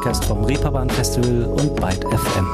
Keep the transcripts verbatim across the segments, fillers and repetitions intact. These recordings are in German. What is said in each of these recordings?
Podcast vom Reeperbahn Festival und Byte F M.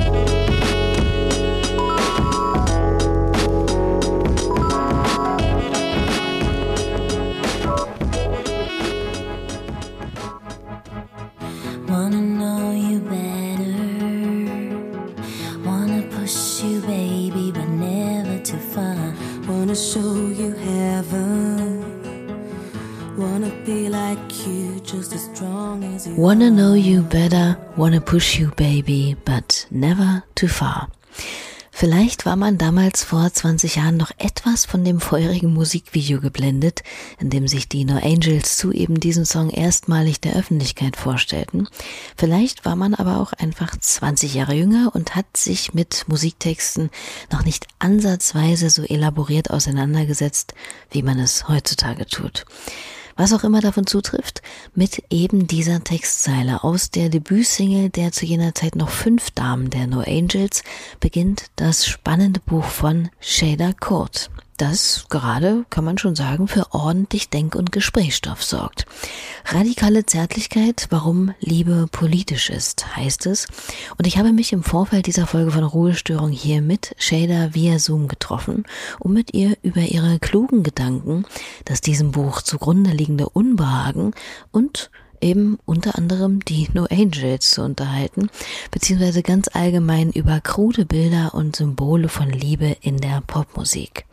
Wanna know you better, wanna push you baby, but never too far. Vielleicht war man damals vor zwanzig Jahren noch etwas von dem feurigen Musikvideo geblendet, in dem sich die No Angels zu eben diesem Song erstmalig der Öffentlichkeit vorstellten. Vielleicht war man aber auch einfach zwanzig Jahre jünger und hat sich mit Musiktexten noch nicht ansatzweise so elaboriert auseinandergesetzt, wie man es heutzutage tut. Was auch immer davon zutrifft, mit eben dieser Textzeile aus der Debütsingle der zu jener Zeit noch fünf Damen der No Angels beginnt das spannende Buch von Shayda Court, das gerade, kann man schon sagen, für ordentlich Denk- und Gesprächsstoff sorgt. Radikale Zärtlichkeit, warum Liebe politisch ist, heißt es. Und ich habe mich im Vorfeld dieser Folge von Ruhestörung hier mit Shayda via Zoom getroffen, um mit ihr über ihre klugen Gedanken, das diesem Buch zugrunde liegende Unbehagen und eben unter anderem die No Angels zu unterhalten, beziehungsweise ganz allgemein über krude Bilder und Symbole von Liebe in der Popmusik.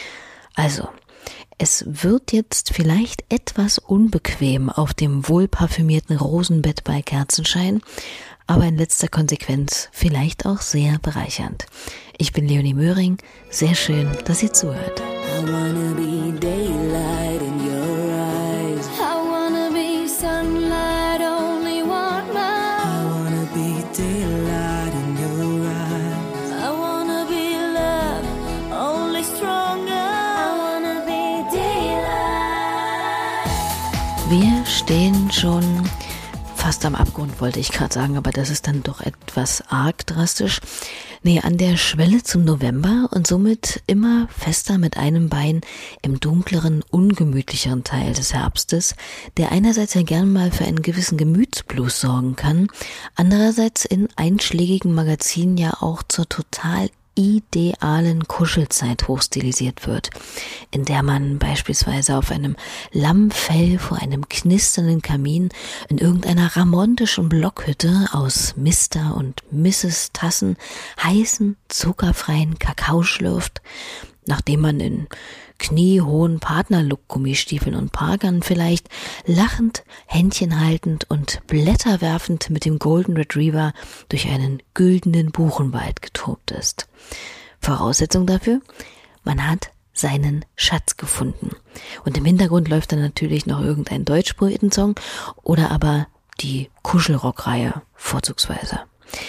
Also, es wird jetzt vielleicht etwas unbequem auf dem wohlparfümierten Rosenbett bei Kerzenschein, aber in letzter Konsequenz vielleicht auch sehr bereichernd. Ich bin Leonie Möhring, sehr schön, dass ihr zuhört. I wanna be daylight in your eyes. I wanna be sunlight, only want mine. I wanna be daylight in your eyes. I wanna be love, only stronger. I wanna be daylight. Wir stehen schon fast am Abgrund, wollte ich gerade sagen, aber das ist dann doch etwas arg drastisch. Nee, an der Schwelle zum November und somit immer fester mit einem Bein im dunkleren, ungemütlicheren Teil des Herbstes, der einerseits ja gern mal für einen gewissen Gemütsblues sorgen kann, andererseits in einschlägigen Magazinen ja auch zur total idealen Kuschelzeit hochstilisiert wird, in der man beispielsweise auf einem Lammfell vor einem knisternden Kamin in irgendeiner ramontischen Blockhütte aus Mister und Misses Tassen heißen, zuckerfreien Kakao schlürft, nachdem man in kniehohen Partnerlook-Gummistiefeln und Parkern vielleicht lachend, Händchen haltend und Blätter werfend mit dem Golden Retriever durch einen güldenen Buchenwald getobt ist. Voraussetzung dafür? Man hat seinen Schatz gefunden. Und im Hintergrund läuft dann natürlich noch irgendein Deutschpoetensong oder aber die Kuschelrock-Reihe vorzugsweise.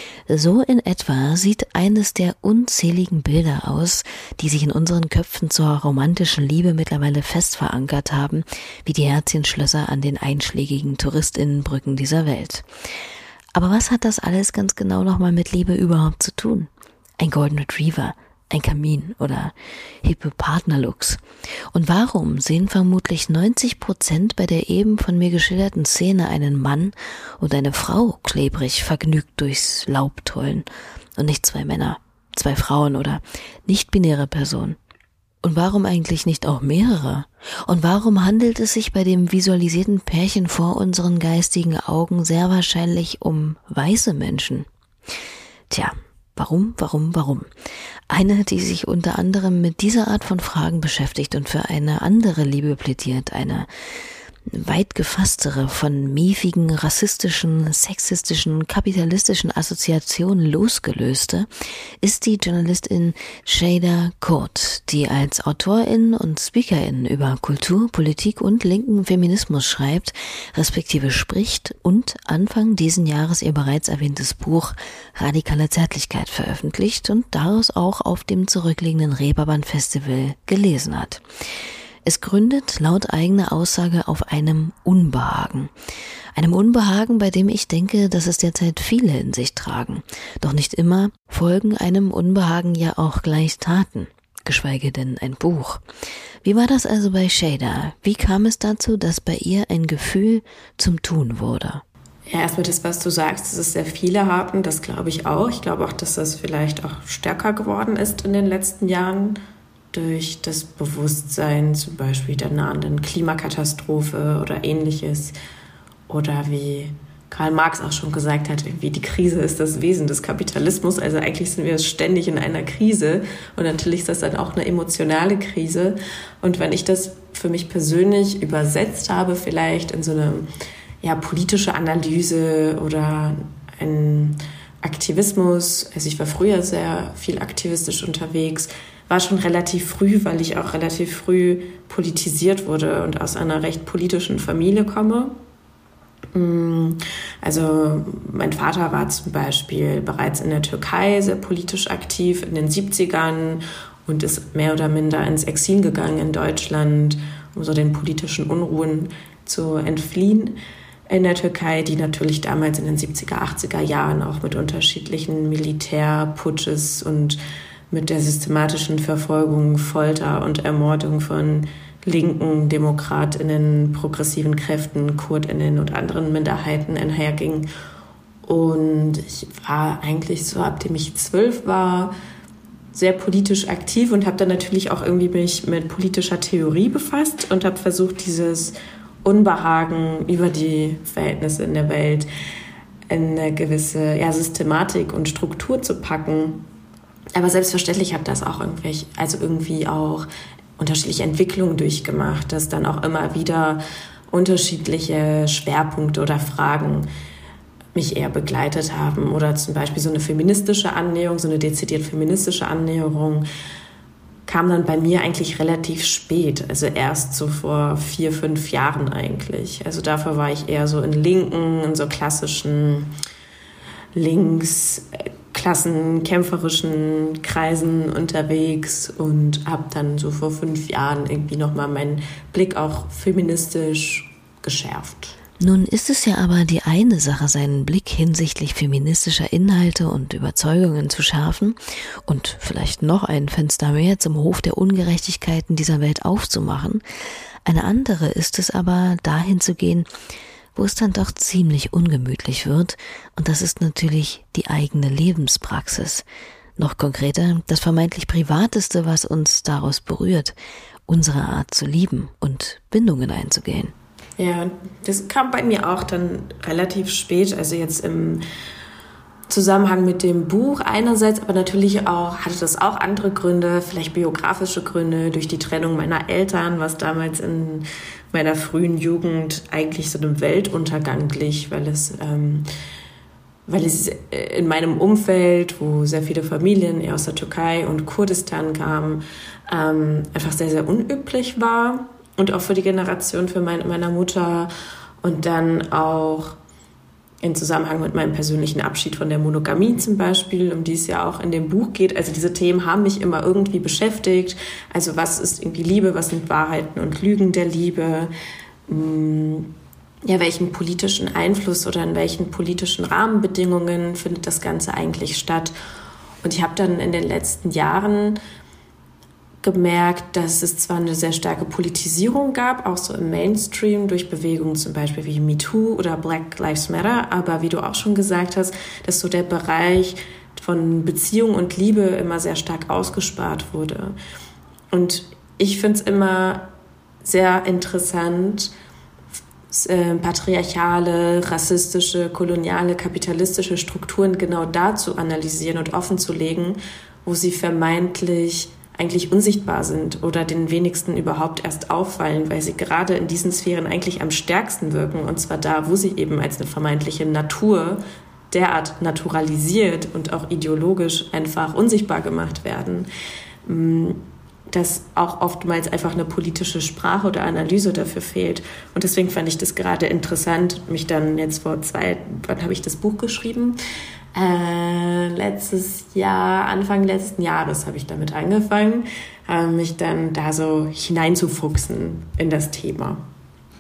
So in etwa sieht eines der unzähligen Bilder aus, die sich in unseren Köpfen zur romantischen Liebe mittlerweile fest verankert haben, wie die Herzchenschlösser an den einschlägigen TouristInnenbrücken dieser Welt. Aber was hat das alles ganz genau nochmal mit Liebe überhaupt zu tun? Ein Golden Retriever, ein Kamin oder hippe Partnerlooks. Und warum sehen vermutlich neunzig Prozent bei der eben von mir geschilderten Szene einen Mann und eine Frau klebrig vergnügt durchs Laub tollen und nicht zwei Männer, zwei Frauen oder nicht-binäre Personen? Und warum eigentlich nicht auch mehrere? Und warum handelt es sich bei dem visualisierten Pärchen vor unseren geistigen Augen sehr wahrscheinlich um weiße Menschen? Tja, warum, warum, warum? Eine, die sich unter anderem mit dieser Art von Fragen beschäftigt und für eine andere Liebe plädiert, eine weit gefasstere, von miefigen, rassistischen, sexistischen, kapitalistischen Assoziationen losgelöste, ist die Journalistin Shayda Court, die als Autorin und Speakerin über Kultur, Politik und linken Feminismus schreibt, respektive spricht und Anfang diesen Jahres ihr bereits erwähntes Buch Radikale Zärtlichkeit veröffentlicht und daraus auch auf dem zurückliegenden Reeperbahn Festival gelesen hat. Es gründet laut eigener Aussage auf einem Unbehagen. Einem Unbehagen, bei dem ich denke, dass es derzeit viele in sich tragen. Doch nicht immer folgen einem Unbehagen ja auch gleich Taten, geschweige denn ein Buch. Wie war das also bei Shayda? Wie kam es dazu, dass bei ihr ein Gefühl zum Tun wurde? Ja, erstmal das, was du sagst, dass es sehr viele haben, das glaube ich auch. Ich glaube auch, dass das vielleicht auch stärker geworden ist in den letzten Jahren durch das Bewusstsein zum Beispiel der nahenden Klimakatastrophe oder Ähnliches. Oder wie Karl Marx auch schon gesagt hat, wie die Krise ist das Wesen des Kapitalismus. Also eigentlich sind wir ständig in einer Krise und natürlich ist das dann auch eine emotionale Krise. Und wenn ich das für mich persönlich übersetzt habe, vielleicht in so eine ja, politische Analyse oder ein Aktivismus, also ich war früher sehr viel aktivistisch unterwegs, war schon relativ früh, weil ich auch relativ früh politisiert wurde und aus einer recht politischen Familie komme. Also mein Vater war zum Beispiel bereits in der Türkei sehr politisch aktiv in den siebzigern und ist mehr oder minder ins Exil gegangen in Deutschland, um so den politischen Unruhen zu entfliehen in der Türkei, die natürlich damals in den siebziger, achtziger Jahren auch mit unterschiedlichen Militärputsches und mit der systematischen Verfolgung, Folter und Ermordung von linken DemokratInnen, progressiven Kräften, KurdInnen und anderen Minderheiten einherging. Und ich war eigentlich so, ab dem ich zwölf war, sehr politisch aktiv und habe dann natürlich auch irgendwie mich mit politischer Theorie befasst und habe versucht, dieses Unbehagen über die Verhältnisse in der Welt in eine gewisse ja, Systematik und Struktur zu packen. Aber selbstverständlich hat das auch irgendwelche, also irgendwie auch unterschiedliche Entwicklungen durchgemacht, dass dann auch immer wieder unterschiedliche Schwerpunkte oder Fragen mich eher begleitet haben. Oder zum Beispiel so eine feministische Annäherung, so eine dezidiert feministische Annäherung kam dann bei mir eigentlich relativ spät, also erst so vor vier, fünf Jahren eigentlich. Also dafür war ich eher so in linken, in so klassischen links-klassenkämpferischen Kreisen unterwegs und habe dann so vor fünf Jahren irgendwie nochmal meinen Blick auch feministisch geschärft. Nun ist es ja aber die eine Sache, seinen Blick hinsichtlich feministischer Inhalte und Überzeugungen zu schärfen und vielleicht noch ein Fenster mehr zum Hof der Ungerechtigkeiten dieser Welt aufzumachen. Eine andere ist es aber, dahin zu gehen, wo es dann doch ziemlich ungemütlich wird, und das ist natürlich die eigene Lebenspraxis. Noch konkreter, das vermeintlich Privateste, was uns daraus berührt, unsere Art zu lieben und Bindungen einzugehen. Ja, das kam bei mir auch dann relativ spät, also jetzt im Zusammenhang mit dem Buch einerseits, aber natürlich auch, hatte das auch andere Gründe, vielleicht biografische Gründe, durch die Trennung meiner Eltern, was damals in meiner frühen Jugend eigentlich so einem Weltuntergang glich, weil es, ähm, weil es in meinem Umfeld, wo sehr viele Familien eher aus der Türkei und Kurdistan kamen, ähm, einfach sehr, sehr unüblich war. Und auch für die Generation für mein, meiner Mutter und dann auch in Zusammenhang mit meinem persönlichen Abschied von der Monogamie zum Beispiel, um die es ja auch in dem Buch geht. Also diese Themen haben mich immer irgendwie beschäftigt. Also was ist irgendwie Liebe, was sind Wahrheiten und Lügen der Liebe? Ja, welchen politischen Einfluss oder in welchen politischen Rahmenbedingungen findet das Ganze eigentlich statt? Und ich habe dann in den letzten Jahren gemerkt, dass es zwar eine sehr starke Politisierung gab, auch so im Mainstream durch Bewegungen zum Beispiel wie MeToo oder Black Lives Matter, aber wie du auch schon gesagt hast, dass so der Bereich von Beziehung und Liebe immer sehr stark ausgespart wurde. Und ich finde es immer sehr interessant, äh, patriarchale, rassistische, koloniale, kapitalistische Strukturen genau da zu analysieren und offenzulegen, wo sie vermeintlich eigentlich unsichtbar sind oder den wenigsten überhaupt erst auffallen, weil sie gerade in diesen Sphären eigentlich am stärksten wirken, und zwar da, wo sie eben als eine vermeintliche Natur derart naturalisiert und auch ideologisch einfach unsichtbar gemacht werden, dass auch oftmals einfach eine politische Sprache oder Analyse dafür fehlt. Und deswegen fand ich das gerade interessant, mich dann jetzt vor zwei, wann habe ich das Buch geschrieben? Äh, letztes Jahr, Anfang letzten Jahres habe ich damit angefangen, äh, mich dann da so hineinzufuchsen in das Thema.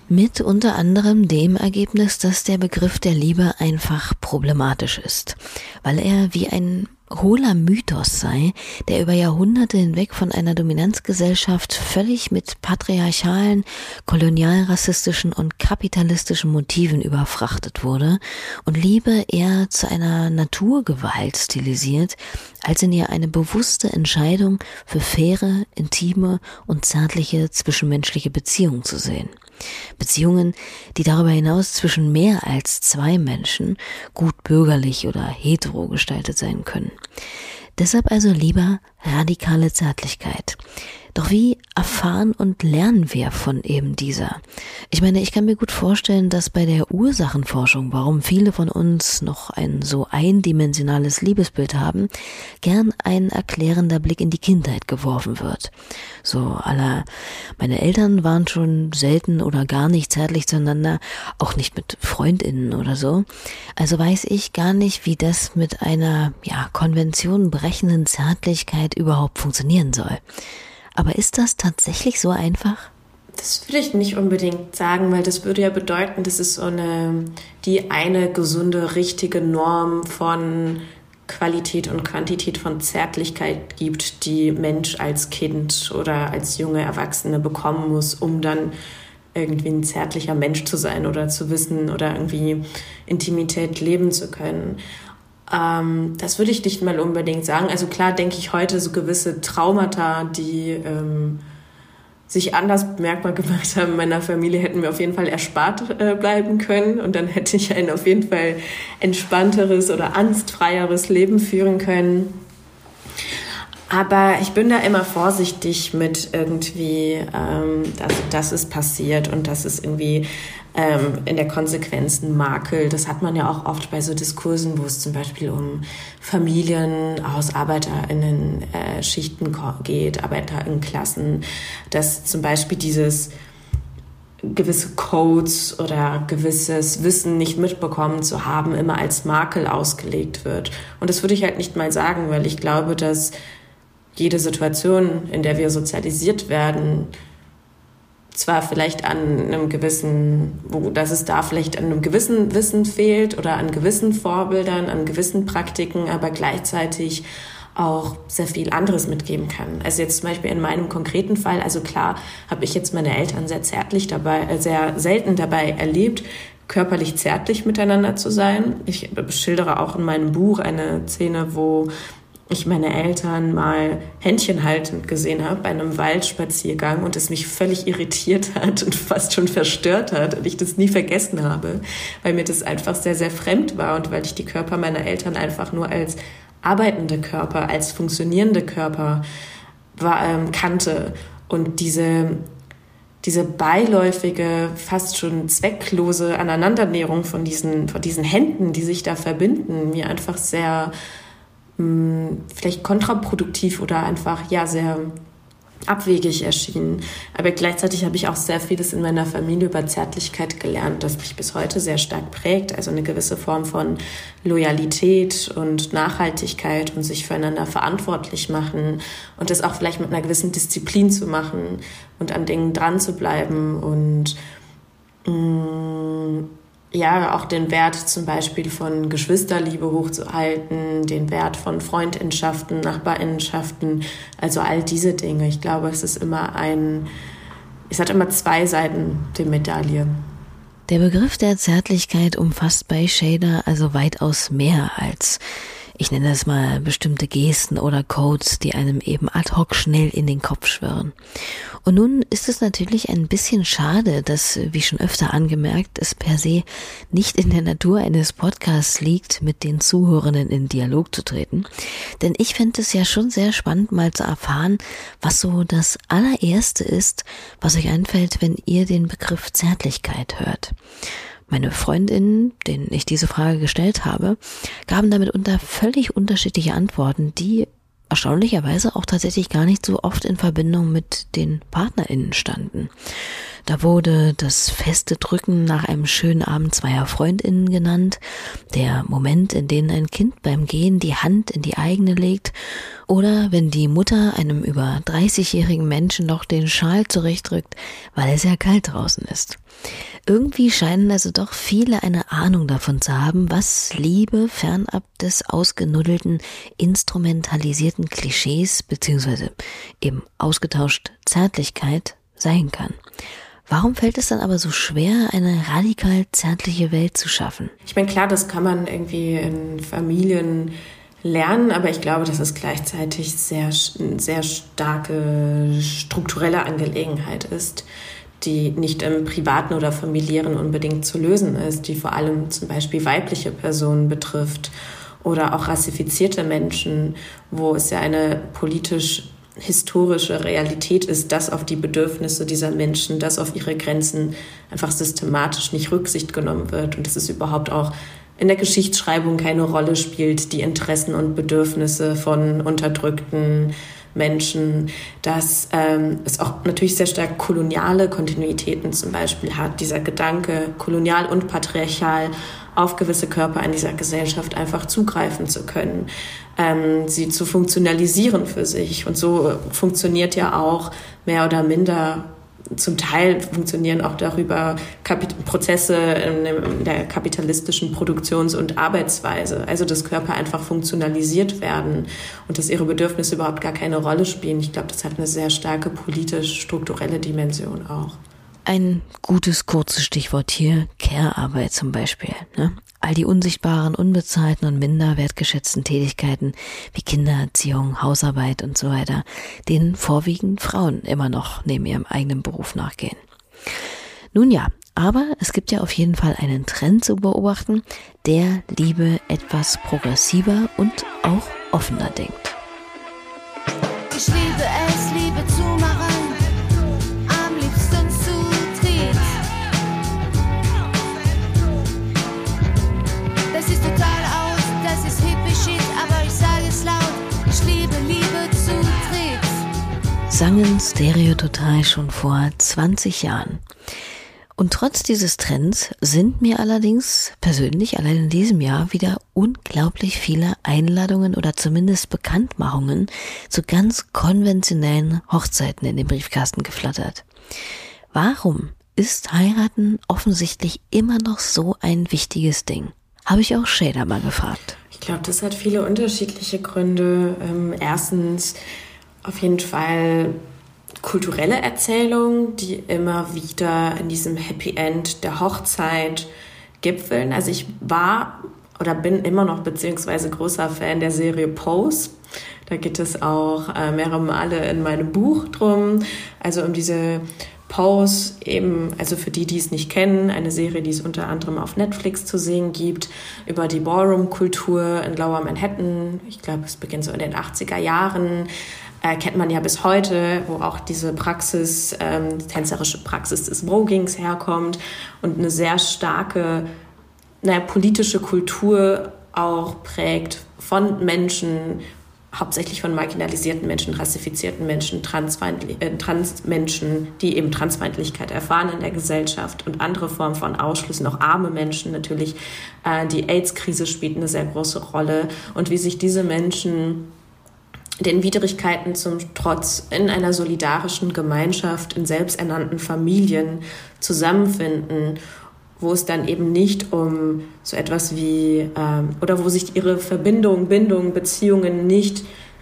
Mit unter anderem dem Ergebnis, dass der Begriff der Liebe einfach problematisch ist, weil er wie ein hohler Mythos sei, der über Jahrhunderte hinweg von einer Dominanzgesellschaft völlig mit patriarchalen, kolonialrassistischen und kapitalistischen Motiven überfrachtet wurde und Liebe eher zu einer Naturgewalt stilisiert, als in ihr eine bewusste Entscheidung für faire, intime und zärtliche zwischenmenschliche Beziehungen zu sehen. Beziehungen, die darüber hinaus zwischen mehr als zwei Menschen gut bürgerlich oder hetero gestaltet sein können. Deshalb also lieber radikale Zärtlichkeit. Doch wie erfahren und lernen wir von eben dieser? Ich meine, ich kann mir gut vorstellen, dass bei der Ursachenforschung, warum viele von uns noch ein so eindimensionales Liebesbild haben, gern ein erklärender Blick in die Kindheit geworfen wird. So à la, meine Eltern waren schon selten oder gar nicht zärtlich zueinander, auch nicht mit FreundInnen oder so. Also weiß ich gar nicht, wie das mit einer, ja, konventionenbrechenden Zärtlichkeit überhaupt funktionieren soll. Aber ist das tatsächlich so einfach? Das würde ich nicht unbedingt sagen, weil das würde ja bedeuten, dass es so eine, die eine gesunde, richtige Norm von Qualität und Quantität von Zärtlichkeit gibt, die Mensch als Kind oder als junge Erwachsene bekommen muss, um dann irgendwie ein zärtlicher Mensch zu sein oder zu wissen oder irgendwie Intimität leben zu können. Ähm, das würde ich nicht mal unbedingt sagen. Also klar denke ich heute, so gewisse Traumata, die ähm, sich anders bemerkbar gemacht haben in meiner Familie, hätten mir auf jeden Fall erspart äh, bleiben können. Und dann hätte ich ein auf jeden Fall entspannteres oder angstfreieres Leben führen können. Aber ich bin da immer vorsichtig mit irgendwie, ähm, dass, dass es passiert und dass es irgendwie ähm, in der Konsequenz ein Makel. Das hat man ja auch oft bei so Diskursen, wo es zum Beispiel um Familien aus ArbeiterInnen äh, Schichten geht, ArbeiterInnenklassen, dass zum Beispiel dieses gewisse Codes oder gewisses Wissen nicht mitbekommen zu haben, immer als Makel ausgelegt wird. Und das würde ich halt nicht mal sagen, weil ich glaube, dass jede Situation, in der wir sozialisiert werden, zwar vielleicht an einem gewissen, wo, dass es da vielleicht an einem gewissen Wissen fehlt oder an gewissen Vorbildern, an gewissen Praktiken, aber gleichzeitig auch sehr viel anderes mitgeben kann. Also jetzt zum Beispiel in meinem konkreten Fall, also klar habe ich jetzt meine Eltern sehr zärtlich dabei, sehr selten dabei erlebt, körperlich zärtlich miteinander zu sein. Ich schildere auch in meinem Buch eine Szene, wo ich meine Eltern mal Händchen haltend gesehen habe bei einem Waldspaziergang und es mich völlig irritiert hat und fast schon verstört hat und ich das nie vergessen habe, weil mir das einfach sehr, sehr fremd war und weil ich die Körper meiner Eltern einfach nur als arbeitende Körper, als funktionierende Körper war, ähm, kannte. Und diese, diese beiläufige, fast schon zwecklose Aneinandernäherung von diesen, von diesen Händen, die sich da verbinden, mir einfach sehr vielleicht kontraproduktiv oder einfach ja sehr abwegig erschienen. Aber gleichzeitig habe ich auch sehr vieles in meiner Familie über Zärtlichkeit gelernt, das mich bis heute sehr stark prägt. Also eine gewisse Form von Loyalität und Nachhaltigkeit und sich füreinander verantwortlich machen und das auch vielleicht mit einer gewissen Disziplin zu machen und an Dingen dran zu bleiben und mh, ja, auch den Wert zum Beispiel von Geschwisterliebe hochzuhalten, den Wert von Freundschaften, Nachbarinnenschaften, also all diese Dinge. Ich glaube, es ist immer ein, es hat immer zwei Seiten, die Medaille. Der Begriff der Zärtlichkeit umfasst bei Shader also weitaus mehr als, ich nenne es mal, bestimmte Gesten oder Codes, die einem eben ad hoc schnell in den Kopf schwirren. Und nun ist es natürlich ein bisschen schade, dass, wie schon öfter angemerkt, es per se nicht in der Natur eines Podcasts liegt, mit den Zuhörenden in Dialog zu treten. Denn ich fände es ja schon sehr spannend, mal zu erfahren, was so das allererste ist, was euch einfällt, wenn ihr den Begriff Zärtlichkeit hört. Meine Freundinnen, denen ich diese Frage gestellt habe, gaben damit unter völlig unterschiedliche Antworten, die erstaunlicherweise auch tatsächlich gar nicht so oft in Verbindung mit den PartnerInnen standen. Da wurde das feste Drücken nach einem schönen Abend zweier FreundInnen genannt, der Moment, in dem ein Kind beim Gehen die Hand in die eigene legt oder wenn die Mutter einem über dreißigjährigen Menschen noch den Schal zurechtdrückt, weil es ja kalt draußen ist. Irgendwie scheinen also doch viele eine Ahnung davon zu haben, was Liebe fernab des ausgenuddelten, instrumentalisierten Klischees beziehungsweise eben ausgetauscht Zärtlichkeit sein kann. Warum fällt es dann aber so schwer, eine radikal zärtliche Welt zu schaffen? Ich meine, klar, das kann man irgendwie in Familien lernen, aber ich glaube, dass es gleichzeitig sehr, sehr starke strukturelle Angelegenheit ist, die nicht im Privaten oder Familiären unbedingt zu lösen ist, die vor allem zum Beispiel weibliche Personen betrifft oder auch rassifizierte Menschen, wo es ja eine politisch historische Realität ist, dass auf die Bedürfnisse dieser Menschen, dass auf ihre Grenzen einfach systematisch nicht Rücksicht genommen wird und dass es überhaupt auch in der Geschichtsschreibung keine Rolle spielt, die Interessen und Bedürfnisse von unterdrückten Menschen, dass ähm, es auch natürlich sehr stark koloniale Kontinuitäten zum Beispiel hat. Dieser Gedanke, kolonial und patriarchal auf gewisse Körper in dieser Gesellschaft einfach zugreifen zu können, ähm, sie zu funktionalisieren für sich. Und so funktioniert ja auch mehr oder minder, zum Teil funktionieren auch darüber Kapit- Prozesse in der kapitalistischen Produktions- und Arbeitsweise. Also dass Körper einfach funktionalisiert werden und dass ihre Bedürfnisse überhaupt gar keine Rolle spielen. Ich glaube, das hat eine sehr starke politisch-strukturelle Dimension auch. Ein gutes, kurzes Stichwort hier, Care-Arbeit zum Beispiel. Ne? All die unsichtbaren, unbezahlten und minder wertgeschätzten Tätigkeiten wie Kindererziehung, Hausarbeit und so weiter, denen vorwiegend Frauen immer noch neben ihrem eigenen Beruf nachgehen. Nun ja, aber es gibt ja auf jeden Fall einen Trend zu beobachten, der Liebe etwas progressiver und auch offener denkt. Ich liebe es, Liebe zu machen. Das ist total aus, das ist hippie shit, aber ich sage es laut, ich liebe Liebe zu Dritt. Sangen Stereo Total schon vor zwanzig Jahren. Und trotz dieses Trends sind mir allerdings persönlich allein in diesem Jahr wieder unglaublich viele Einladungen oder zumindest Bekanntmachungen zu ganz konventionellen Hochzeiten in den Briefkasten geflattert. Warum ist Heiraten offensichtlich immer noch so ein wichtiges Ding? Habe ich auch Shader mal gefragt. Ich glaube, das hat viele unterschiedliche Gründe. Ähm, erstens auf jeden Fall kulturelle Erzählungen, die immer wieder in diesem Happy End der Hochzeit gipfeln. Also ich war oder bin immer noch beziehungsweise großer Fan der Serie Pose. Da geht es auch äh, mehrere Male in meinem Buch drum. Also um diese Pose, eben, also für die, die es nicht kennen, eine Serie, die es unter anderem auf Netflix zu sehen gibt, über die Ballroom-Kultur in Lower Manhattan. Ich glaube, es beginnt so in den achtziger Jahren. Äh, kennt man ja bis heute, wo auch diese Praxis, ähm, die tänzerische Praxis des Vogings herkommt und eine sehr starke, naja, politische Kultur auch prägt von Menschen, hauptsächlich von marginalisierten Menschen, rassifizierten Menschen, Transfeindli- äh, Transmenschen, die eben Transfeindlichkeit erfahren in der Gesellschaft und andere Formen von Ausschluss, noch arme Menschen natürlich. Äh, die AIDS-Krise spielt eine sehr große Rolle und wie sich diese Menschen den Widrigkeiten zum Trotz in einer solidarischen Gemeinschaft, in selbsternannten Familien zusammenfinden, wo es dann eben nicht um so etwas wie, ähm, oder wo sich ihre Verbindungen, Bindungen, Beziehungen nicht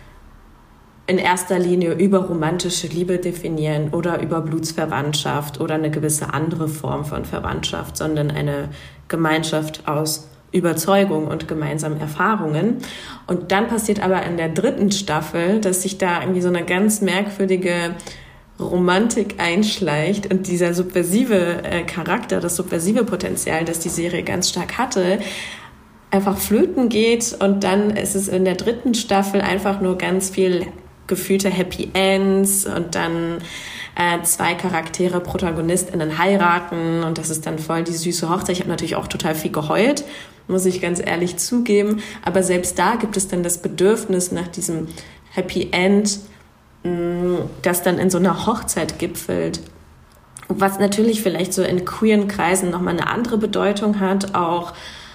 in erster Linie über romantische Liebe definieren oder über Blutsverwandtschaft oder eine gewisse andere Form von Verwandtschaft, sondern eine Gemeinschaft aus Überzeugung und gemeinsamen Erfahrungen. Und dann passiert aber in der dritten Staffel, dass sich da irgendwie so eine ganz merkwürdige Romantik einschleicht und dieser subversive äh, Charakter, das subversive Potenzial, das die Serie ganz stark hatte, einfach flöten geht und dann ist es in der dritten Staffel einfach nur ganz viel gefühlte Happy Ends und dann äh, zwei Charaktere, ProtagonistInnen heiraten und das ist dann voll die süße Hochzeit. Ich habe natürlich auch total viel geheult, muss ich ganz ehrlich zugeben, aber selbst da gibt es dann das Bedürfnis nach diesem Happy End, das dann in so einer Hochzeit gipfelt, Was natürlich vielleicht so in queeren Kreisen nochmal eine andere Bedeutung hat, auch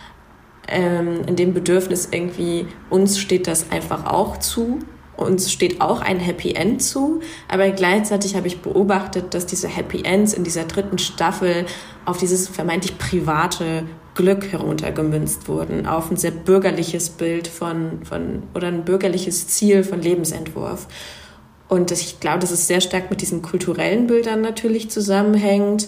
ähm, in dem Bedürfnis irgendwie, uns steht das einfach auch zu. Uns steht auch ein Happy End zu, aber gleichzeitig habe ich beobachtet, dass diese Happy Ends in dieser dritten Staffel auf dieses vermeintlich private Glück heruntergemünzt wurden, auf ein sehr bürgerliches Bild von, von oder ein bürgerliches Ziel von Lebensentwurf. Und ich glaube, dass es sehr stark mit diesen kulturellen Bildern natürlich zusammenhängt.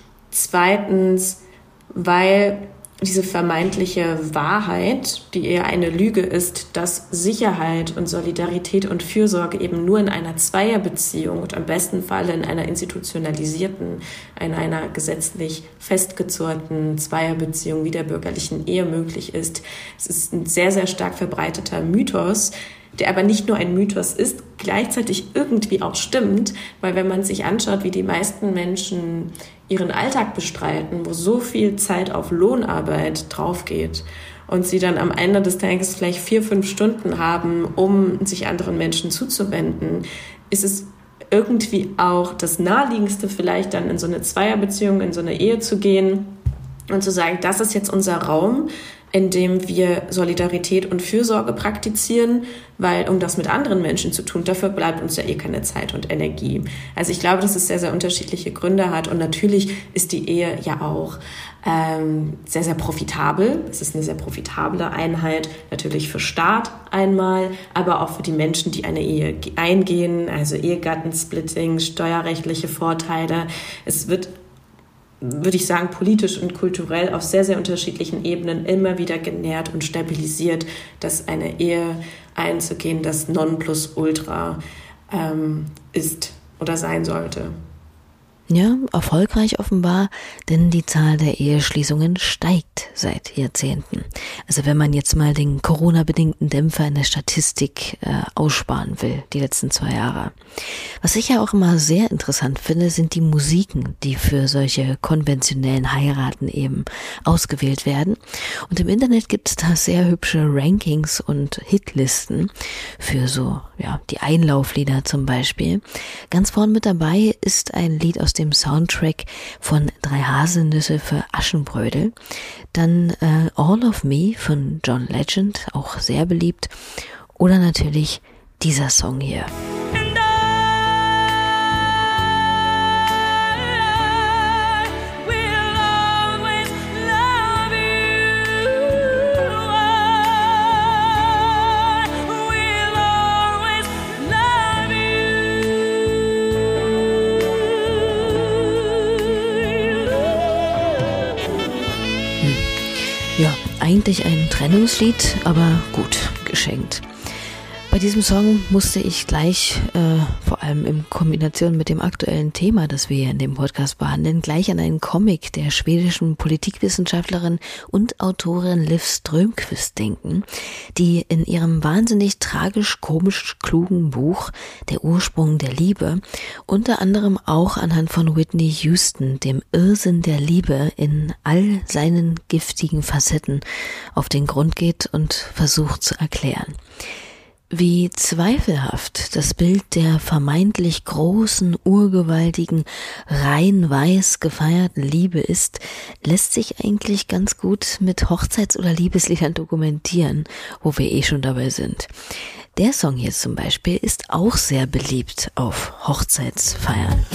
Zweitens, weil diese vermeintliche Wahrheit, die eher eine Lüge ist, dass Sicherheit und Solidarität und Fürsorge eben nur in einer Zweierbeziehung und am besten Fall in einer institutionalisierten, in einer gesetzlich festgezurrten Zweierbeziehung wie der bürgerlichen Ehe möglich ist. Es ist ein sehr, sehr stark verbreiteter Mythos, der aber nicht nur ein Mythos ist, gleichzeitig irgendwie auch stimmt, weil wenn man sich anschaut, wie die meisten Menschen ihren Alltag bestreiten, wo so viel Zeit auf Lohnarbeit draufgeht und sie dann am Ende des Tages vielleicht vier, fünf Stunden haben, um sich anderen Menschen zuzuwenden, ist es irgendwie auch das Naheliegendste, vielleicht dann in so eine Zweierbeziehung, in so eine Ehe zu gehen und zu sagen, das ist jetzt unser Raum, in dem wir Solidarität und Fürsorge praktizieren, weil um das mit anderen Menschen zu tun, dafür bleibt uns ja eh keine Zeit und Energie. Also ich glaube, dass es sehr, sehr unterschiedliche Gründe hat und natürlich ist die Ehe ja auch ähm, sehr, sehr profitabel. Es ist eine sehr profitable Einheit, natürlich für Staat einmal, aber auch für die Menschen, die eine Ehe eingehen, also Ehegattensplitting, steuerrechtliche Vorteile. Es wird, würde ich sagen, politisch und kulturell auf sehr, sehr unterschiedlichen Ebenen immer wieder genährt und stabilisiert, dass eine Ehe einzugehen das Nonplusultra ähm, ist oder sein sollte. Ja, erfolgreich offenbar, denn die Zahl der Eheschließungen steigt seit Jahrzehnten. Also wenn man jetzt mal den Corona-bedingten Dämpfer in der Statistik äh, aussparen will, die letzten zwei Jahre. Was ich ja auch immer sehr interessant finde, sind die Musiken, die für solche konventionellen Heiraten eben ausgewählt werden. Und im Internet gibt es da sehr hübsche Rankings und Hitlisten für so, ja, die Einlauflieder zum Beispiel. Ganz vorn mit dabei ist ein Lied aus dem Soundtrack von Drei Haselnüsse für Aschenbrödel. Dann äh, All of Me von John Legend, auch sehr beliebt. Oder natürlich dieser Song hier. Ja, eigentlich ein Trennungslied, aber gut, geschenkt. Bei diesem Song musste ich gleich, äh, vor allem in Kombination mit dem aktuellen Thema, das wir hier in dem Podcast behandeln, gleich an einen Comic der schwedischen Politikwissenschaftlerin und Autorin Liv Strömquist denken, die in ihrem wahnsinnig tragisch-komisch klugen Buch Der Ursprung der Liebe unter anderem auch anhand von Whitney Houston, dem Irrsinn der Liebe in all seinen giftigen Facetten auf den Grund geht und versucht zu erklären. Wie zweifelhaft das Bild der vermeintlich großen, urgewaltigen, rein weiß gefeierten Liebe ist, lässt sich eigentlich ganz gut mit Hochzeits- oder Liebesliedern dokumentieren, wo wir eh schon dabei sind. Der Song hier zum Beispiel ist auch sehr beliebt auf Hochzeitsfeiern.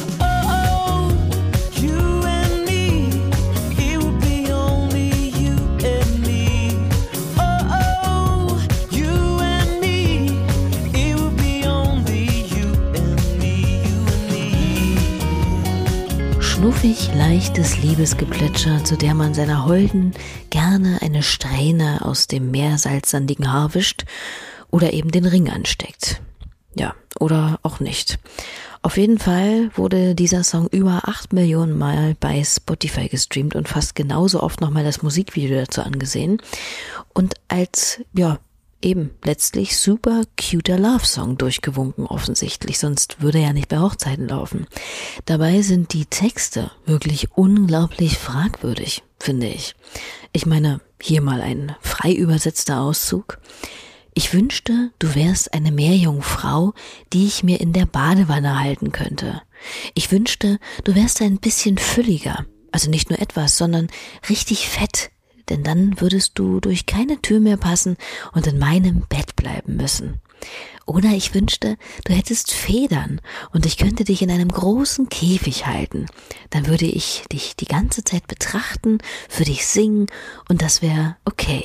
Schnuffig leichtes Liebesgeplätscher, zu der man seiner Holden gerne eine Strähne aus dem meersalzsandigen Haar wischt oder eben den Ring ansteckt. Ja, oder auch nicht. Auf jeden Fall wurde dieser Song über acht Millionen Mal bei Spotify gestreamt und fast genauso oft nochmal das Musikvideo dazu angesehen. Und als, ja, eben letztlich super cuter Love-Song durchgewunken offensichtlich, sonst würde er ja nicht bei Hochzeiten laufen. Dabei sind die Texte wirklich unglaublich fragwürdig, finde ich. Ich meine, hier mal ein frei übersetzter Auszug. Ich wünschte, du wärst eine Meerjungfrau, die ich mir in der Badewanne halten könnte. Ich wünschte, du wärst ein bisschen fülliger, also nicht nur etwas, sondern richtig fett, denn dann würdest du durch keine Tür mehr passen und in meinem Bett bleiben müssen. Oder ich wünschte, du hättest Federn und ich könnte dich in einem großen Käfig halten. Dann würde ich dich die ganze Zeit betrachten, für dich singen und das wäre okay.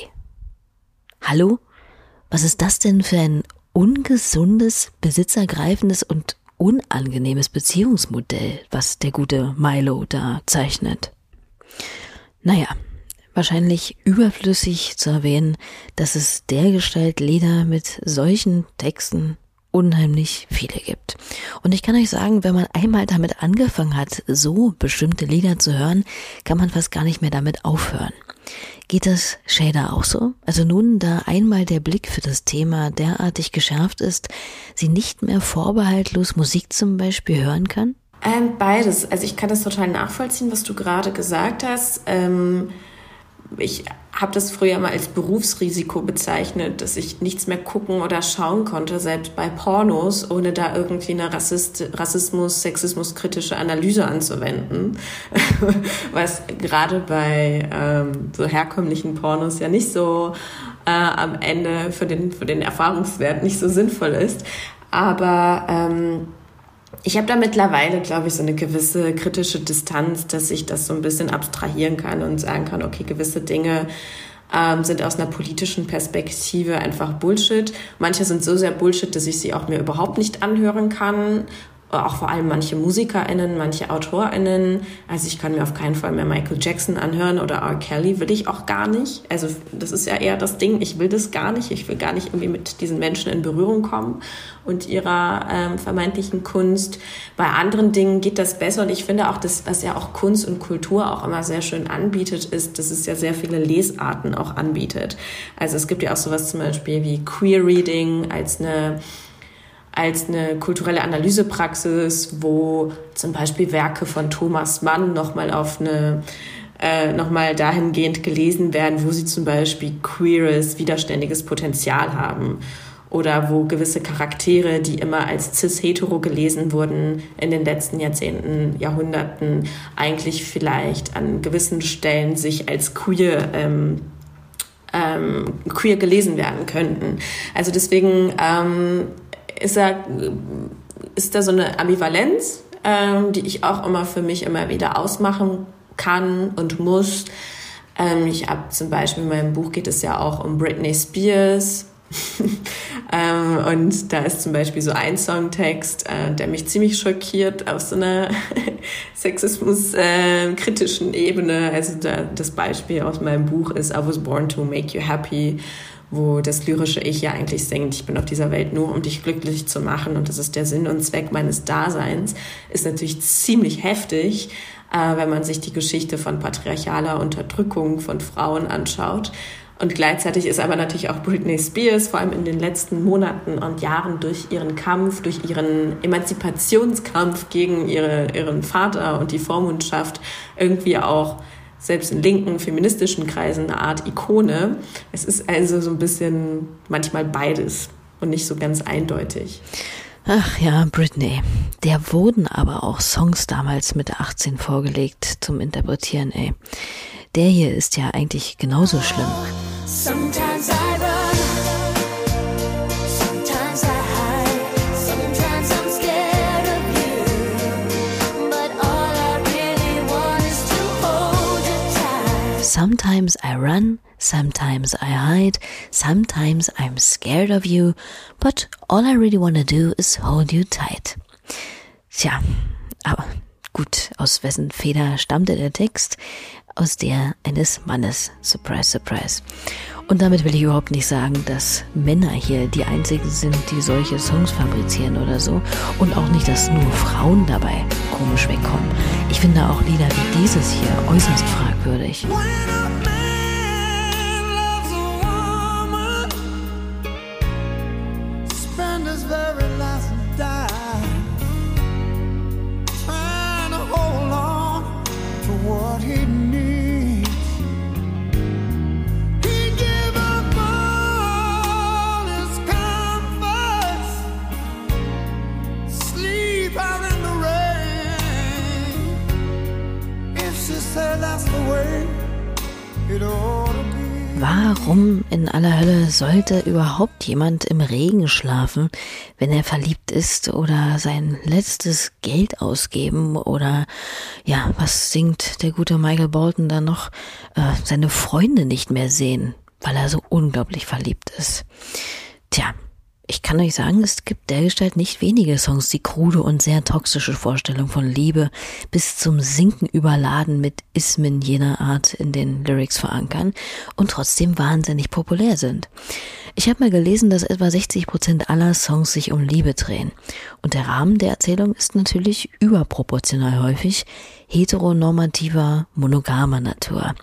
Hallo? Was ist das denn für ein ungesundes, besitzergreifendes und unangenehmes Beziehungsmodell, was der gute Milo da zeichnet? Naja, wahrscheinlich überflüssig zu erwähnen, dass es dergestalt Lieder mit solchen Texten unheimlich viele gibt. Und ich kann euch sagen, wenn man einmal damit angefangen hat, so bestimmte Lieder zu hören, kann man fast gar nicht mehr damit aufhören. Geht das Shader auch so? Also nun, da einmal der Blick für das Thema derartig geschärft ist, sie nicht mehr vorbehaltlos Musik zum Beispiel hören kann? Ähm, beides. Also ich kann das total nachvollziehen, was du gerade gesagt hast. Ähm, ich habe das früher mal als Berufsrisiko bezeichnet, dass ich nichts mehr gucken oder schauen konnte, selbst bei Pornos, ohne da irgendwie eine Rassist, Rassismus-, Sexismus-kritische Analyse anzuwenden, was gerade bei ähm, so herkömmlichen Pornos ja nicht so äh, am Ende für den, für den Erfahrungswert nicht so sinnvoll ist. Aber ähm, ich habe da mittlerweile, glaube ich, so eine gewisse kritische Distanz, dass ich das so ein bisschen abstrahieren kann und sagen kann, okay, gewisse Dinge ähm, sind aus einer politischen Perspektive einfach Bullshit. Manche sind so sehr Bullshit, dass ich sie auch mir überhaupt nicht anhören kann. Auch vor allem manche MusikerInnen, manche AutorInnen. Also ich kann mir auf keinen Fall mehr Michael Jackson anhören oder R. Kelly, will ich auch gar nicht. Also das ist ja eher das Ding, ich will das gar nicht. Ich will gar nicht irgendwie mit diesen Menschen in Berührung kommen und ihrer ähm, vermeintlichen Kunst. Bei anderen Dingen geht das besser und ich finde auch, das, was ja auch Kunst und Kultur auch immer sehr schön anbietet, ist, dass es ja sehr viele Lesarten auch anbietet. Also es gibt ja auch sowas zum Beispiel wie Queer Reading als eine als eine kulturelle Analysepraxis, wo zum Beispiel Werke von Thomas Mann nochmal auf eine, äh, nochmal dahingehend gelesen werden, wo sie zum Beispiel queeres, widerständiges Potenzial haben. Oder wo gewisse Charaktere, die immer als cis-hetero gelesen wurden, in den letzten Jahrzehnten, Jahrhunderten, eigentlich vielleicht an gewissen Stellen sich als queer ähm, ähm, queer gelesen werden könnten. Also deswegen ähm, ist da, ist da so eine Ambivalenz, ähm, die ich auch immer für mich immer wieder ausmachen kann und muss. Ähm, ich habe zum Beispiel in meinem Buch geht es ja auch um Britney Spears. ähm, und da ist zum Beispiel so ein Songtext, äh, der mich ziemlich schockiert auf so einer sexismus-kritischen äh, Ebene. Also da, das Beispiel aus meinem Buch ist I was born to make you happy, wo das lyrische Ich ja eigentlich singt, ich bin auf dieser Welt nur, um dich glücklich zu machen und das ist der Sinn und Zweck meines Daseins, ist natürlich ziemlich heftig, äh, wenn man sich die Geschichte von patriarchaler Unterdrückung von Frauen anschaut. Und gleichzeitig ist aber natürlich auch Britney Spears, vor allem in den letzten Monaten und Jahren durch ihren Kampf, durch ihren Emanzipationskampf gegen ihre, ihren Vater und die Vormundschaft irgendwie auch selbst in linken, feministischen Kreisen eine Art Ikone. Es ist also so ein bisschen manchmal beides und nicht so ganz eindeutig. Ach ja, Britney. Der wurden aber auch Songs damals mit achtzehn vorgelegt zum Interpretieren, ey. Der hier ist ja eigentlich genauso schlimm. Sometimes I run, sometimes I hide, sometimes I'm scared of you, but all I really want is to hold you tight. Sometimes I run, sometimes I hide, sometimes I'm scared of you, but all I really want to do is hold you tight. Tja, aber gut, aus wessen Feder stammte der Text? Aus der eines Mannes. Surprise, surprise. Und damit will ich überhaupt nicht sagen, dass Männer hier die einzigen sind, die solche Songs fabrizieren oder so. Und auch nicht, dass nur Frauen dabei komisch wegkommen. Ich finde auch Lieder wie dieses hier äußerst fragwürdig. Warum in aller Hölle sollte überhaupt jemand im Regen schlafen, wenn er verliebt ist oder sein letztes Geld ausgeben oder, ja, was singt der gute Michael Bolton da noch, äh, seine Freunde nicht mehr sehen, weil er so unglaublich verliebt ist. Tja, ich kann euch sagen, es gibt dergestalt nicht wenige Songs, die krude und sehr toxische Vorstellung von Liebe bis zum Sinken überladen mit Ismen jener Art in den Lyrics verankern und trotzdem wahnsinnig populär sind. Ich habe mal gelesen, dass etwa sechzig Prozent aller Songs sich um Liebe drehen. Und der Rahmen der Erzählung ist natürlich überproportional häufig heteronormativer, monogamer Natur.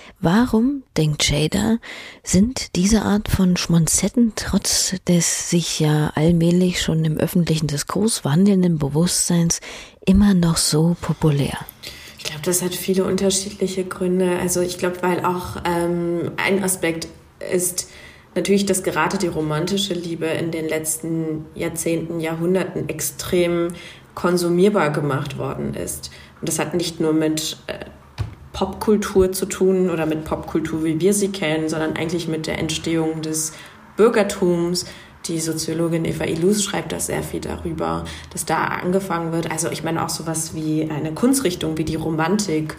Warum, denkt Shader, sind diese Art von Schmonzetten trotz des sich ja allmählich schon im öffentlichen Diskurs wandelnden Bewusstseins immer noch so populär? Ich glaube, das hat viele unterschiedliche Gründe. Also ich glaube, weil auch ähm, ein Aspekt ist natürlich, dass gerade die romantische Liebe in den letzten Jahrzehnten, Jahrhunderten extrem konsumierbar gemacht worden ist. Und das hat nicht nur mit äh, Popkultur zu tun oder mit Popkultur, wie wir sie kennen, sondern eigentlich mit der Entstehung des Bürgertums. Die Soziologin Eva Illouz schreibt da sehr viel darüber, dass da angefangen wird. Also ich meine auch sowas wie eine Kunstrichtung wie die Romantik,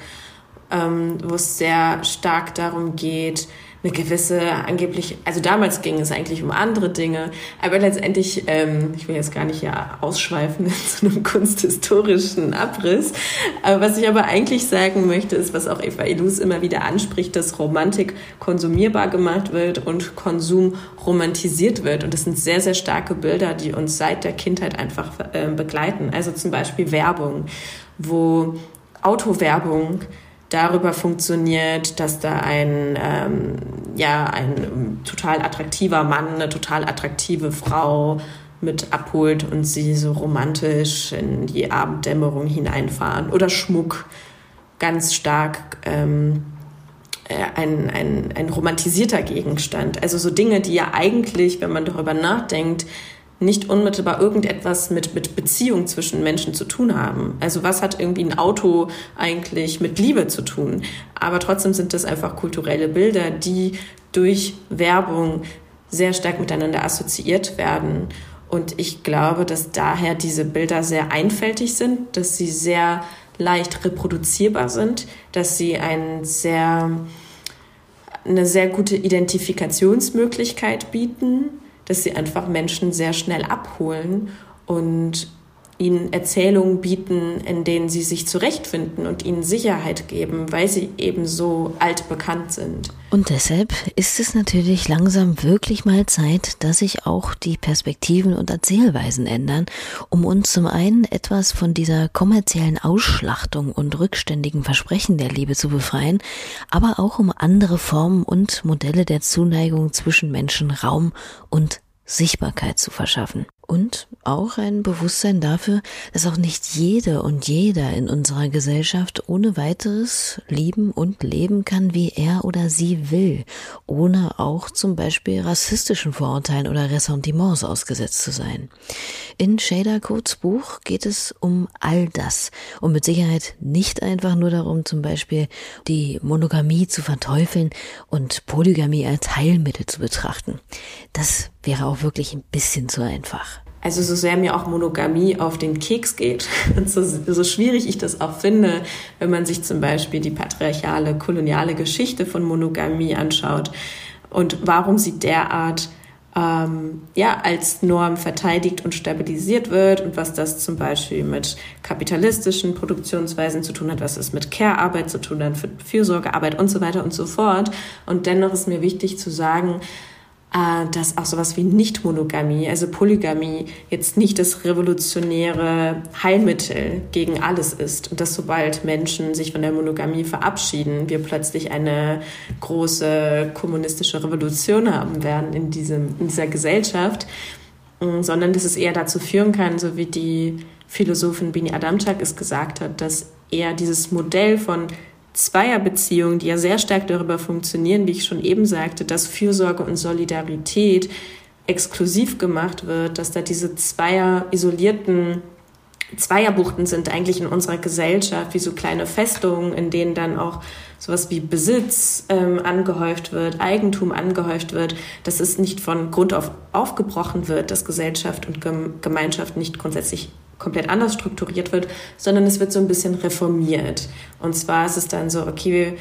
ähm, wo es sehr stark darum geht, eine gewisse angeblich, also damals ging es eigentlich um andere Dinge, aber letztendlich, ähm, ich will jetzt gar nicht hier ausschweifen zu einem kunsthistorischen Abriss, aber was ich aber eigentlich sagen möchte, ist, was auch Eva Illouz immer wieder anspricht, dass Romantik konsumierbar gemacht wird und Konsum romantisiert wird, und das sind sehr, sehr starke Bilder, die uns seit der Kindheit einfach äh, begleiten. Also zum Beispiel Werbung, wo Autowerbung darüber funktioniert, dass da ein, ähm, ja, ein total attraktiver Mann, eine total attraktive Frau mit abholt und sie so romantisch in die Abenddämmerung hineinfahren. Oder Schmuck, ganz stark ähm, ein, ein, ein romantisierter Gegenstand. Also so Dinge, die ja eigentlich, wenn man darüber nachdenkt, nicht unmittelbar irgendetwas mit, mit Beziehung zwischen Menschen zu tun haben. Also was hat irgendwie ein Auto eigentlich mit Liebe zu tun? Aber trotzdem sind das einfach kulturelle Bilder, die durch Werbung sehr stark miteinander assoziiert werden. Und ich glaube, dass daher diese Bilder sehr einfältig sind, dass sie sehr leicht reproduzierbar sind, dass sie ein sehr, eine sehr gute Identifikationsmöglichkeit bieten, dass sie einfach Menschen sehr schnell abholen und ihnen Erzählungen bieten, in denen sie sich zurechtfinden und ihnen Sicherheit geben, weil sie eben so altbekannt sind. Und deshalb ist es natürlich langsam wirklich mal Zeit, dass sich auch die Perspektiven und Erzählweisen ändern, um uns zum einen etwas von dieser kommerziellen Ausschlachtung und rückständigen Versprechen der Liebe zu befreien, aber auch um andere Formen und Modelle der Zuneigung zwischen Menschen Raum und Sichtbarkeit zu verschaffen. Und auch ein Bewusstsein dafür, dass auch nicht jede und jeder in unserer Gesellschaft ohne weiteres lieben und leben kann, wie er oder sie will, ohne auch zum Beispiel rassistischen Vorurteilen oder Ressentiments ausgesetzt zu sein. In Shader Coates Buch geht es um all das und mit Sicherheit nicht einfach nur darum, zum Beispiel die Monogamie zu verteufeln und Polygamie als Heilmittel zu betrachten. Das wäre auch wirklich ein bisschen zu einfach. Also so sehr mir auch Monogamie auf den Keks geht und so, so schwierig ich das auch finde, wenn man sich zum Beispiel die patriarchale, koloniale Geschichte von Monogamie anschaut und warum sie derart ähm, ja, als Norm verteidigt und stabilisiert wird und was das zum Beispiel mit kapitalistischen Produktionsweisen zu tun hat, was es mit Care-Arbeit zu tun hat, Fürsorgearbeit und so weiter und so fort. Und dennoch ist mir wichtig zu sagen, dass auch sowas wie Nicht-Monogamie, also Polygamie, jetzt nicht das revolutionäre Heilmittel gegen alles ist. Und dass sobald Menschen sich von der Monogamie verabschieden, wir plötzlich eine große kommunistische Revolution haben werden in diesem, in dieser Gesellschaft, sondern dass es eher dazu führen kann, so wie die Philosophin Bini Adamczak es gesagt hat, dass eher dieses Modell von Zweierbeziehungen, die ja sehr stark darüber funktionieren, wie ich schon eben sagte, dass Fürsorge und Solidarität exklusiv gemacht wird, dass da diese zweier isolierten Zweierbuchten sind eigentlich in unserer Gesellschaft wie so kleine Festungen, in denen dann auch sowas wie Besitz ähm, angehäuft wird, Eigentum angehäuft wird, dass es nicht von Grund auf aufgebrochen wird, dass Gesellschaft und Gem- Gemeinschaft nicht grundsätzlich komplett anders strukturiert wird, sondern es wird so ein bisschen reformiert. Und zwar ist es dann so, okay,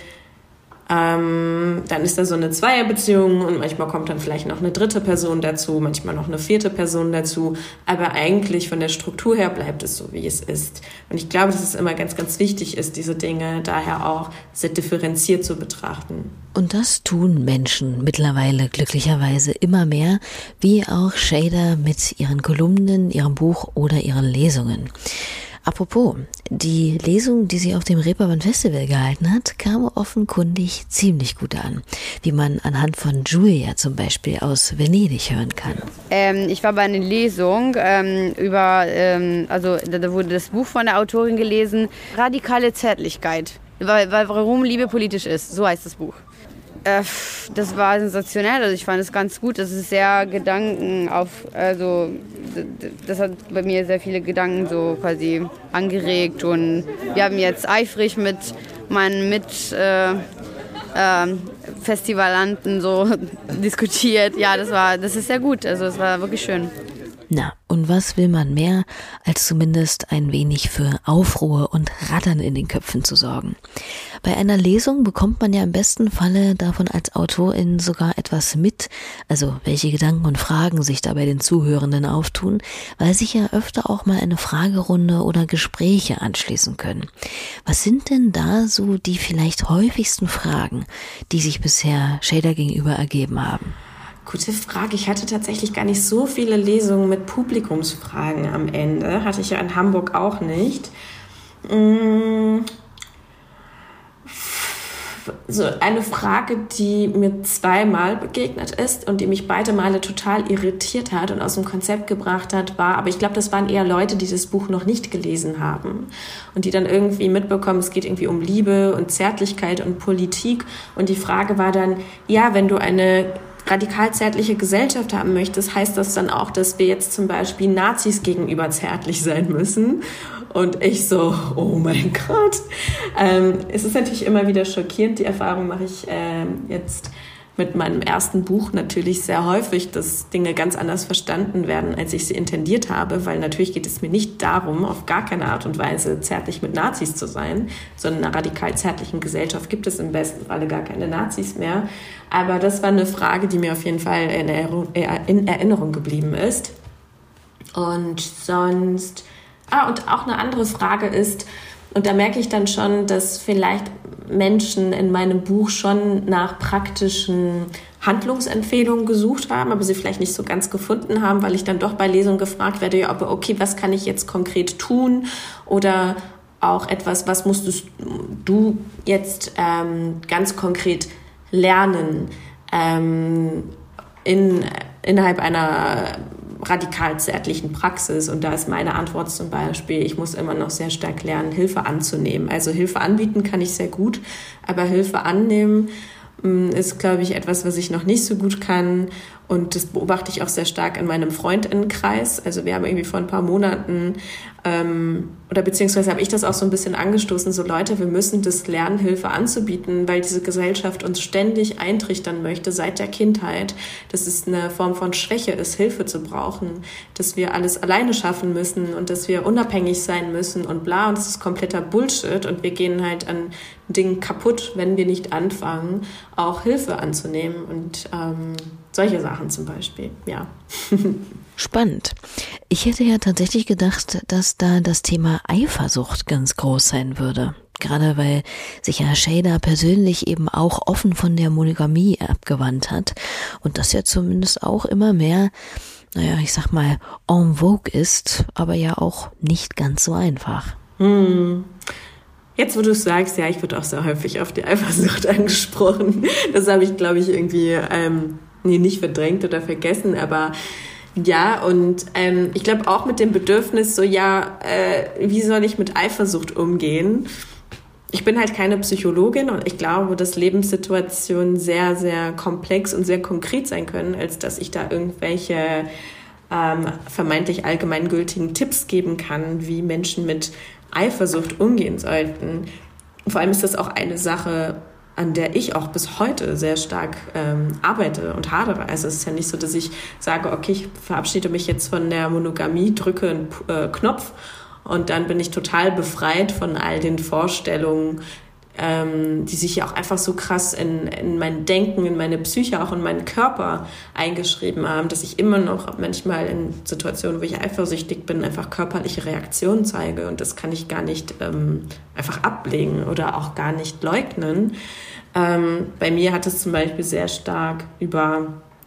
Ähm, dann ist da so eine Zweierbeziehung und manchmal kommt dann vielleicht noch eine dritte Person dazu, manchmal noch eine vierte Person dazu, aber eigentlich von der Struktur her bleibt es so, wie es ist. Und ich glaube, dass es immer ganz, ganz wichtig ist, diese Dinge daher auch sehr differenziert zu betrachten. Und das tun Menschen mittlerweile glücklicherweise immer mehr, wie auch Shader mit ihren Kolumnen, ihrem Buch oder ihren Lesungen. Apropos, die Lesung, die sie auf dem Reeperbahn Festival gehalten hat, kam offenkundig ziemlich gut an, wie man anhand von Julia zum Beispiel aus Venedig hören kann. Ähm, ich war bei einer Lesung ähm, über, ähm, also da wurde das Buch von der Autorin gelesen, Radikale Zärtlichkeit, weil, weil warum Liebe politisch ist, so heißt das Buch. Äh, das war sensationell, also ich fand es ganz gut, das ist sehr Gedanken auf, also das hat bei mir sehr viele Gedanken so quasi angeregt und wir haben jetzt eifrig mit meinen mit äh, äh, Festivalanten so diskutiert, ja, das war, das ist sehr gut, also es war wirklich schön. Na, und was will man mehr, als zumindest ein wenig für Aufruhr und Rattern in den Köpfen zu sorgen? Bei einer Lesung bekommt man ja im besten Falle davon als Autorin sogar etwas mit, also welche Gedanken und Fragen sich da bei den Zuhörenden auftun, weil sich ja öfter auch mal eine Fragerunde oder Gespräche anschließen können. Was sind denn da so die vielleicht häufigsten Fragen, die sich bisher Shader gegenüber ergeben haben? Gute Frage. Ich hatte tatsächlich gar nicht so viele Lesungen mit Publikumsfragen am Ende. Hatte ich ja in Hamburg auch nicht. So eine Frage, die mir zweimal begegnet ist und die mich beide Male total irritiert hat und aus dem Konzept gebracht hat, war, aber ich glaube, das waren eher Leute, die das Buch noch nicht gelesen haben und die dann irgendwie mitbekommen, es geht irgendwie um Liebe und Zärtlichkeit und Politik. Und die Frage war dann, ja, wenn du eine radikal zärtliche Gesellschaft haben möchtest, heißt das dann auch, dass wir jetzt zum Beispiel Nazis gegenüber zärtlich sein müssen? Und ich so, oh mein Gott. Ähm, es ist natürlich immer wieder schockierend. Die Erfahrung mache ich ähm, jetzt mit meinem ersten Buch natürlich sehr häufig, dass Dinge ganz anders verstanden werden, als ich sie intendiert habe, weil natürlich geht es mir nicht darum, auf gar keine Art und Weise zärtlich mit Nazis zu sein, sondern in einer radikal zärtlichen Gesellschaft gibt es im besten Falle gar keine Nazis mehr. Aber das war eine Frage, die mir auf jeden Fall in Erinnerung, in Erinnerung geblieben ist. Und sonst, ah, und auch eine andere Frage ist, und da merke ich dann schon, dass vielleicht Menschen in meinem Buch schon nach praktischen Handlungsempfehlungen gesucht haben, aber sie vielleicht nicht so ganz gefunden haben, weil ich dann doch bei Lesungen gefragt werde, ja, aber okay, was kann ich jetzt konkret tun? Oder auch etwas, was musstest du jetzt ähm, ganz konkret lernen ähm, in, innerhalb einer radikal zärtlichen Praxis. Und da ist meine Antwort zum Beispiel, ich muss immer noch sehr stark lernen, Hilfe anzunehmen. Also Hilfe anbieten kann ich sehr gut, aber Hilfe annehmen ist, glaube ich, etwas, was ich noch nicht so gut kann. Und das beobachte ich auch sehr stark in meinem Freundinnenkreis. Also wir haben irgendwie vor ein paar Monaten, ähm, oder beziehungsweise habe ich das auch so ein bisschen angestoßen, so Leute, wir müssen das lernen, Hilfe anzubieten, weil diese Gesellschaft uns ständig eintrichtern möchte seit der Kindheit, dass es eine Form von Schwäche ist, Hilfe zu brauchen, dass wir alles alleine schaffen müssen und dass wir unabhängig sein müssen und bla. Und das ist kompletter Bullshit und wir gehen halt an Dingen kaputt, wenn wir nicht anfangen, auch Hilfe anzunehmen und ähm, solche Sachen zum Beispiel, ja. Spannend. Ich hätte ja tatsächlich gedacht, dass da das Thema Eifersucht ganz groß sein würde. Gerade weil sich ja Shader persönlich eben auch offen von der Monogamie abgewandt hat und das ja zumindest auch immer mehr, naja, ich sag mal, en vogue ist, aber ja auch nicht ganz so einfach. Hm. Jetzt, wo du es sagst, ja, ich wurde auch sehr häufig auf die Eifersucht angesprochen. Das habe ich, glaube ich, irgendwie ähm, nee, nicht verdrängt oder vergessen, aber ja, und ähm, ich glaube auch mit dem Bedürfnis so, ja, äh, wie soll ich mit Eifersucht umgehen? Ich bin halt keine Psychologin und ich glaube, dass Lebenssituationen sehr, sehr komplex und sehr konkret sein können, als dass ich da irgendwelche ähm, vermeintlich allgemeingültigen Tipps geben kann, wie Menschen mit Eifersucht umgehen sollten. Vor allem ist das auch eine Sache, an der ich auch bis heute sehr stark ähm, arbeite und hadere. Also es ist ja nicht so, dass ich sage, okay, ich verabschiede mich jetzt von der Monogamie, drücke einen äh, Knopf und dann bin ich total befreit von all den Vorstellungen, ähm, die sich ja auch einfach so krass in, in mein Denken, in meine Psyche, auch in meinen Körper eingeschrieben haben, dass ich immer noch manchmal in Situationen, wo ich eifersüchtig bin, einfach körperliche Reaktionen zeige. Und das kann ich gar nicht ähm, einfach ablegen oder auch gar nicht leugnen. Ähm, bei mir hat es zum Beispiel sehr stark über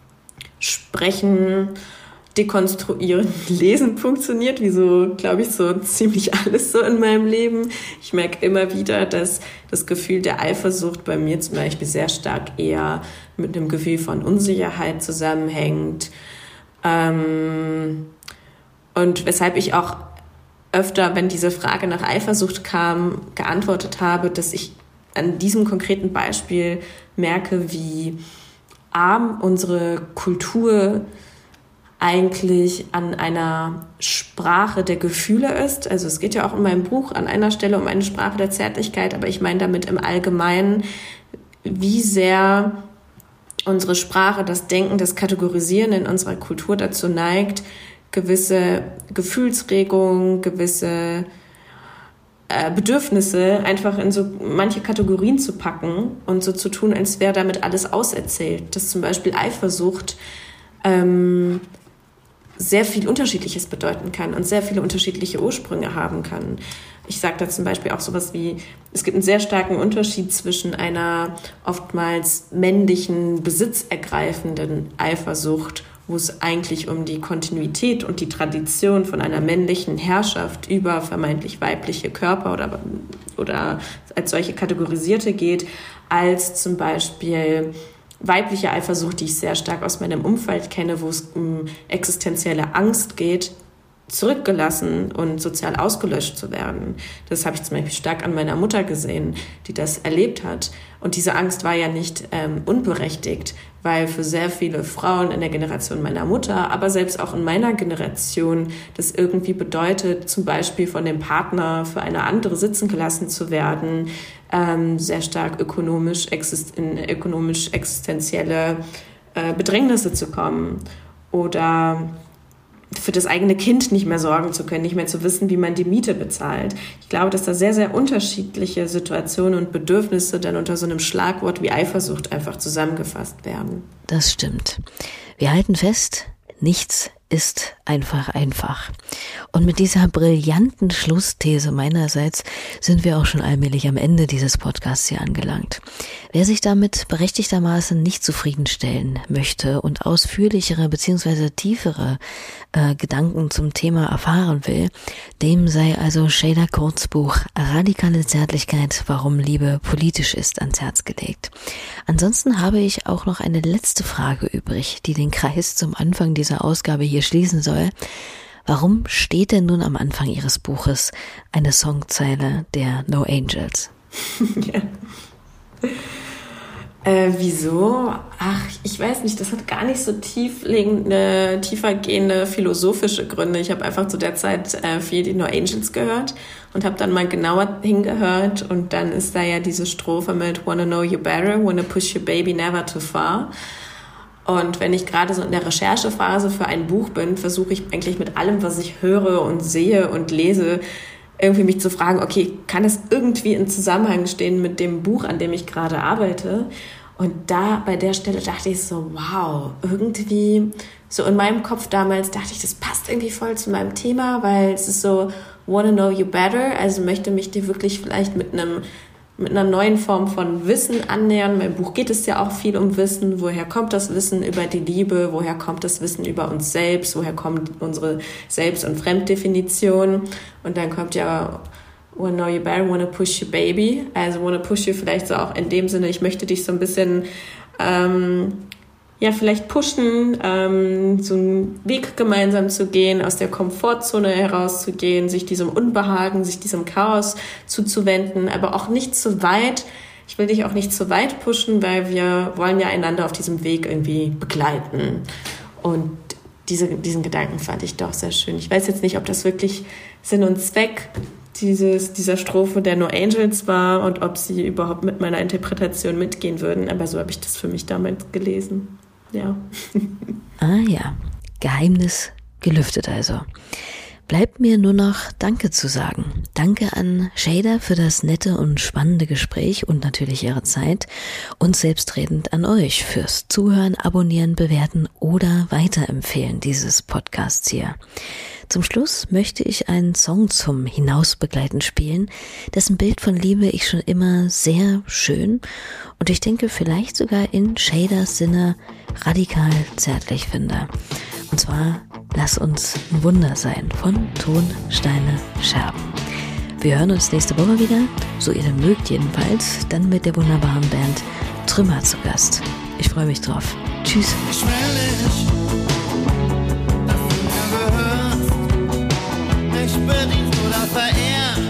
Sprechen, Dekonstruieren, Lesen funktioniert, wie so, glaube ich, so ziemlich alles so in meinem Leben. Ich merke immer wieder, dass das Gefühl der Eifersucht bei mir zum Beispiel sehr stark eher mit einem Gefühl von Unsicherheit zusammenhängt. Ähm, und weshalb ich auch öfter, wenn diese Frage nach Eifersucht kam, geantwortet habe, dass ich an diesem konkreten Beispiel merke, wie arm unsere Kultur eigentlich an einer Sprache der Gefühle ist. Also es geht ja auch in meinem Buch an einer Stelle um eine Sprache der Zärtlichkeit, aber ich meine damit im Allgemeinen, wie sehr unsere Sprache, das Denken, das Kategorisieren in unserer Kultur dazu neigt, gewisse Gefühlsregungen, gewisse äh, Bedürfnisse einfach in so manche Kategorien zu packen und so zu tun, als wäre damit alles auserzählt. Dass zum Beispiel Eifersucht ähm, sehr viel Unterschiedliches bedeuten kann und sehr viele unterschiedliche Ursprünge haben kann. Ich sage da zum Beispiel auch sowas wie, es gibt einen sehr starken Unterschied zwischen einer oftmals männlichen, besitzergreifenden Eifersucht, wo es eigentlich um die Kontinuität und die Tradition von einer männlichen Herrschaft über vermeintlich weibliche Körper oder, oder als solche kategorisierte geht, als zum Beispiel weibliche Eifersucht, die ich sehr stark aus meinem Umfeld kenne, wo es um existenzielle Angst geht, zurückgelassen und sozial ausgelöscht zu werden. Das habe ich zum Beispiel stark an meiner Mutter gesehen, die das erlebt hat. Und diese Angst war ja nicht ähm, unberechtigt, weil für sehr viele Frauen in der Generation meiner Mutter, aber selbst auch in meiner Generation, das irgendwie bedeutet, zum Beispiel von dem Partner für eine andere sitzen gelassen zu werden, ähm, sehr stark ökonomisch, exist- in ökonomisch existenzielle äh, Bedrängnisse zu kommen oder für das eigene Kind nicht mehr sorgen zu können, nicht mehr zu wissen, wie man die Miete bezahlt. Ich glaube, dass da sehr, sehr unterschiedliche Situationen und Bedürfnisse dann unter so einem Schlagwort wie Eifersucht einfach zusammengefasst werden. Das stimmt. Wir halten fest, nichts ist einfach einfach. Und mit dieser brillanten Schlussthese meinerseits sind wir auch schon allmählich am Ende dieses Podcasts hier angelangt. Wer sich damit berechtigtermaßen nicht zufriedenstellen möchte und ausführlichere bzw. tiefere äh, Gedanken zum Thema erfahren will, dem sei also Şeyda Kurt's Buch Radikale Zärtlichkeit, warum Liebe politisch ist, ans Herz gelegt. Ansonsten habe ich auch noch eine letzte Frage übrig, die den Kreis zum Anfang dieser Ausgabe hier schließen soll. Warum steht denn nun am Anfang Ihres Buches eine Songzeile der No Angels? Ja. Äh, wieso? Ach, ich weiß nicht, das hat gar nicht so tiefliegende, tiefergehende philosophische Gründe. Ich habe einfach zu der Zeit äh, viel die No Angels gehört und habe dann mal genauer hingehört und dann ist da ja diese Strophe mit Wanna know you better, wanna push your baby never too far. Und wenn ich gerade so in der Recherchephase für ein Buch bin, versuche ich eigentlich mit allem, was ich höre und sehe und lese, irgendwie mich zu fragen, okay, kann es irgendwie in Zusammenhang stehen mit dem Buch, an dem ich gerade arbeite? Und da bei der Stelle dachte ich so, wow, irgendwie so in meinem Kopf damals dachte ich, das passt irgendwie voll zu meinem Thema, weil es ist so, wanna know you better, also möchte mich dir wirklich vielleicht mit einem mit einer neuen Form von Wissen annähern. Mein Buch geht es ja auch viel um Wissen. Woher kommt das Wissen über die Liebe? Woher kommt das Wissen über uns selbst? Woher kommt unsere Selbst- und Fremddefinition? Und dann kommt ja wanna know you better, wanna push your baby. Also wanna push you vielleicht so auch in dem Sinne, ich möchte dich so ein bisschen ähm, ja vielleicht pushen, ähm, so einen Weg gemeinsam zu gehen, aus der Komfortzone herauszugehen, sich diesem Unbehagen, sich diesem Chaos zuzuwenden, aber auch nicht zu weit. Ich will dich auch nicht zu weit pushen, weil wir wollen ja einander auf diesem Weg irgendwie begleiten. Und diese, diesen Gedanken fand ich doch sehr schön. Ich weiß jetzt nicht, ob das wirklich Sinn und Zweck dieses, dieser Strophe der No Angels war und ob sie überhaupt mit meiner Interpretation mitgehen würden, aber so habe ich das für mich damals gelesen. Ja. Ah ja, Geheimnis gelüftet also. Bleibt mir nur noch Danke zu sagen. Danke an Shader für das nette und spannende Gespräch und natürlich ihre Zeit und selbstredend an euch fürs Zuhören, Abonnieren, Bewerten oder Weiterempfehlen dieses Podcasts hier. Zum Schluss möchte ich einen Song zum Hinausbegleiten spielen, dessen Bild von Liebe ich schon immer sehr schön und ich denke vielleicht sogar in Shaders Sinne radikal zärtlich finde. Und zwar Lass uns ein Wunder sein von Ton, Steine, Scherben. Wir hören uns nächste Woche wieder, so ihr denn mögt jedenfalls, dann mit der wunderbaren Band Trümmer zu Gast. Ich freue mich drauf. Tschüss. Ich will nicht, dass du mir gehörst, mich bedienst oder verehrst.